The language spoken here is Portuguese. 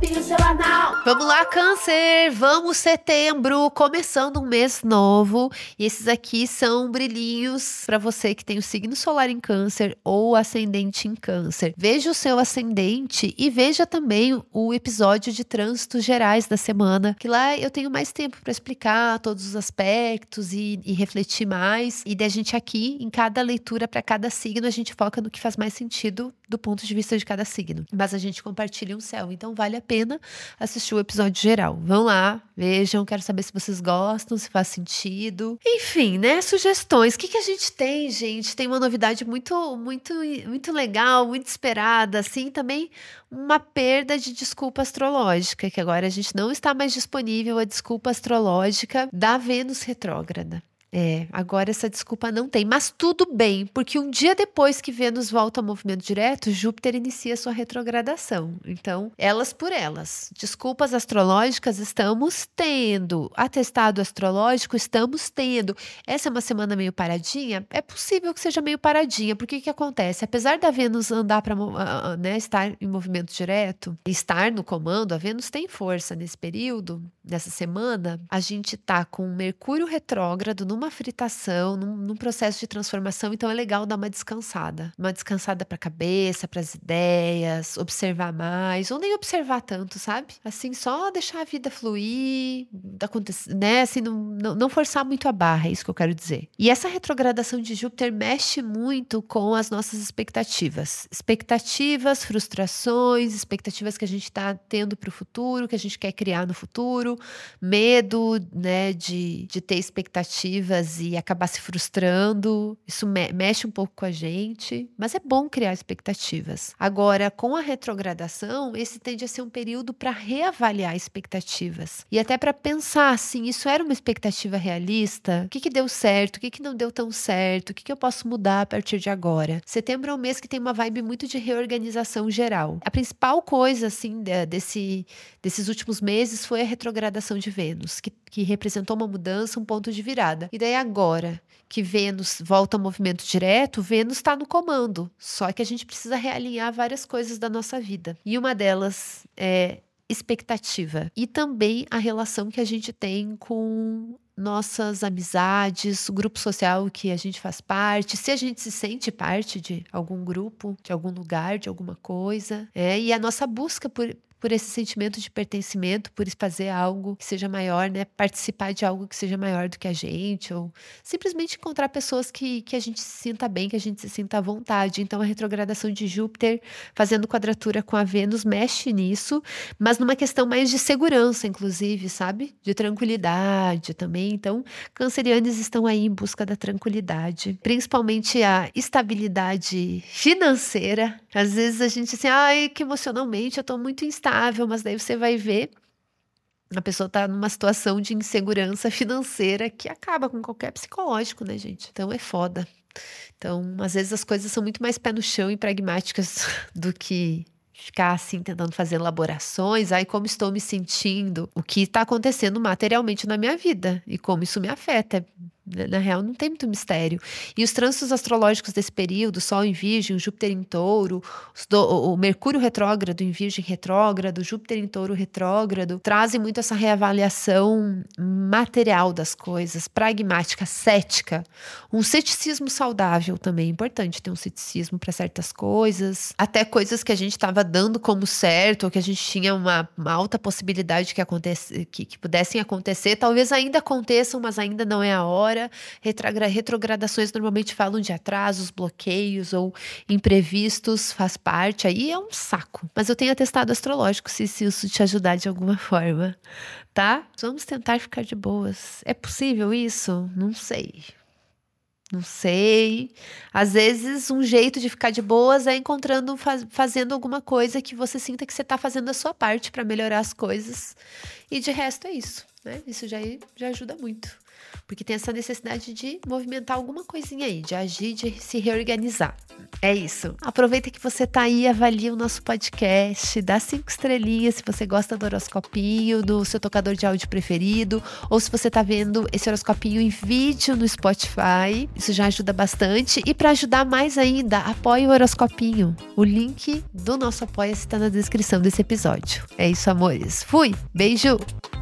Limpinho seu anal. Vamos lá, Câncer! Vamos setembro, começando um mês novo. E esses aqui são brilhinhos para você que tem o signo solar em Câncer ou ascendente em Câncer. Veja o seu ascendente e veja também o episódio de trânsitos gerais da semana, que lá eu tenho mais tempo para explicar todos os aspectos e refletir mais. E da gente aqui, em cada leitura para cada signo, a gente foca no que faz mais sentido do ponto de vista de cada signo. Mas a gente compartilha um céu, então vale a pena assistir o episódio geral. Vão lá, vejam, quero saber se vocês gostam, se faz sentido. Enfim, né, sugestões. O que a gente tem, gente? Tem uma novidade muito legal, muito esperada, assim, também uma perda de desculpa astrológica, que agora a gente não está mais disponível a desculpa astrológica da Vênus retrógrada. Agora essa desculpa não tem, mas tudo bem, porque um dia depois que Vênus volta ao movimento direto, Júpiter inicia sua retrogradação. Então, elas por elas. Desculpas astrológicas estamos tendo, atestado astrológico estamos tendo. Essa é uma semana meio paradinha? É possível que seja meio paradinha, porque o que acontece? Apesar da Vênus andar para estar em movimento direto, estar no comando, a Vênus tem força nesse período, nessa semana, a gente tá com Mercúrio retrógrado numa fritação, num processo de transformação, então é legal dar uma descansada para a cabeça, para as ideias, observar mais, ou nem observar tanto, sabe? Assim, só deixar a vida fluir, acontecer, né? Assim, não forçar muito a barra, é isso que eu quero dizer. E essa retrogradação de Júpiter mexe muito com as nossas expectativas, frustrações, expectativas que a gente está tendo para o futuro, que a gente quer criar no futuro, medo, né, de ter expectativas e acabar se frustrando. Isso mexe um pouco com a gente, mas é bom criar expectativas. Agora, com a retrogradação, esse tende a ser um período para reavaliar expectativas e até para pensar assim, isso era uma expectativa realista? O que deu certo? O que não deu tão certo? O que eu posso mudar a partir de agora? Setembro é um mês que tem uma vibe muito de reorganização geral. A principal coisa assim desses últimos meses foi a retrogradação de Vênus, que representou uma mudança, um ponto de virada. E daí agora que Vênus volta ao movimento direto, Vênus está no comando. Só que a gente precisa realinhar várias coisas da nossa vida. E uma delas é expectativa. E também a relação que a gente tem com nossas amizades, o grupo social que a gente faz parte, se a gente se sente parte de algum grupo, de algum lugar, de alguma coisa. E a nossa busca por esse sentimento de pertencimento, por fazer algo que seja maior, né? Participar de algo que seja maior do que a gente, ou simplesmente encontrar pessoas que a gente se sinta bem, que a gente se sinta à vontade. Então, a retrogradação de Júpiter, fazendo quadratura com a Vênus, mexe nisso, mas numa questão mais de segurança, inclusive, sabe? De tranquilidade também. Então, cancerianos estão aí em busca da tranquilidade, principalmente a estabilidade financeira. Às vezes a gente assim, que emocionalmente eu tô muito instável, mas daí você vai ver, a pessoa tá numa situação de insegurança financeira que acaba com qualquer psicológico, né, gente? Então é foda. Então, às vezes as coisas são muito mais pé no chão e pragmáticas do que ficar assim tentando fazer elaborações, como estou me sentindo, o que está acontecendo materialmente na minha vida e como isso me afeta. Na real, não tem muito mistério. E os trânsitos astrológicos desse período, Sol em Virgem, Júpiter em Touro, o Mercúrio retrógrado em Virgem retrógrado, Júpiter em Touro retrógrado, trazem muito essa reavaliação material das coisas, pragmática, cética. Um ceticismo saudável também, é importante ter um ceticismo para certas coisas, até coisas que a gente estava dando como certo, ou que a gente tinha uma alta possibilidade que pudessem acontecer, talvez ainda aconteçam, mas ainda não é a hora. Retrogradações normalmente falam de atrasos, bloqueios ou imprevistos, faz parte, aí é um saco. Mas eu tenho atestado astrológico, se isso te ajudar de alguma forma, tá? Vamos tentar ficar de boas. É possível isso? Não sei. Às vezes um jeito de ficar de boas é fazendo alguma coisa que você sinta que você está fazendo a sua parte para melhorar as coisas. E de resto é isso, né? Isso já ajuda muito. Porque tem essa necessidade de movimentar alguma coisinha aí, de agir, de se reorganizar. É isso. Aproveita que você tá aí, avalia o nosso podcast, dá 5 estrelinhas se você gosta do horoscopinho, do seu tocador de áudio preferido, ou se você tá vendo esse horoscopinho em vídeo no Spotify. Isso já ajuda bastante. E para ajudar mais ainda, apoie o horoscopinho. O link do nosso Apoia-se tá na descrição desse episódio. É isso, amores. Fui! Beijo!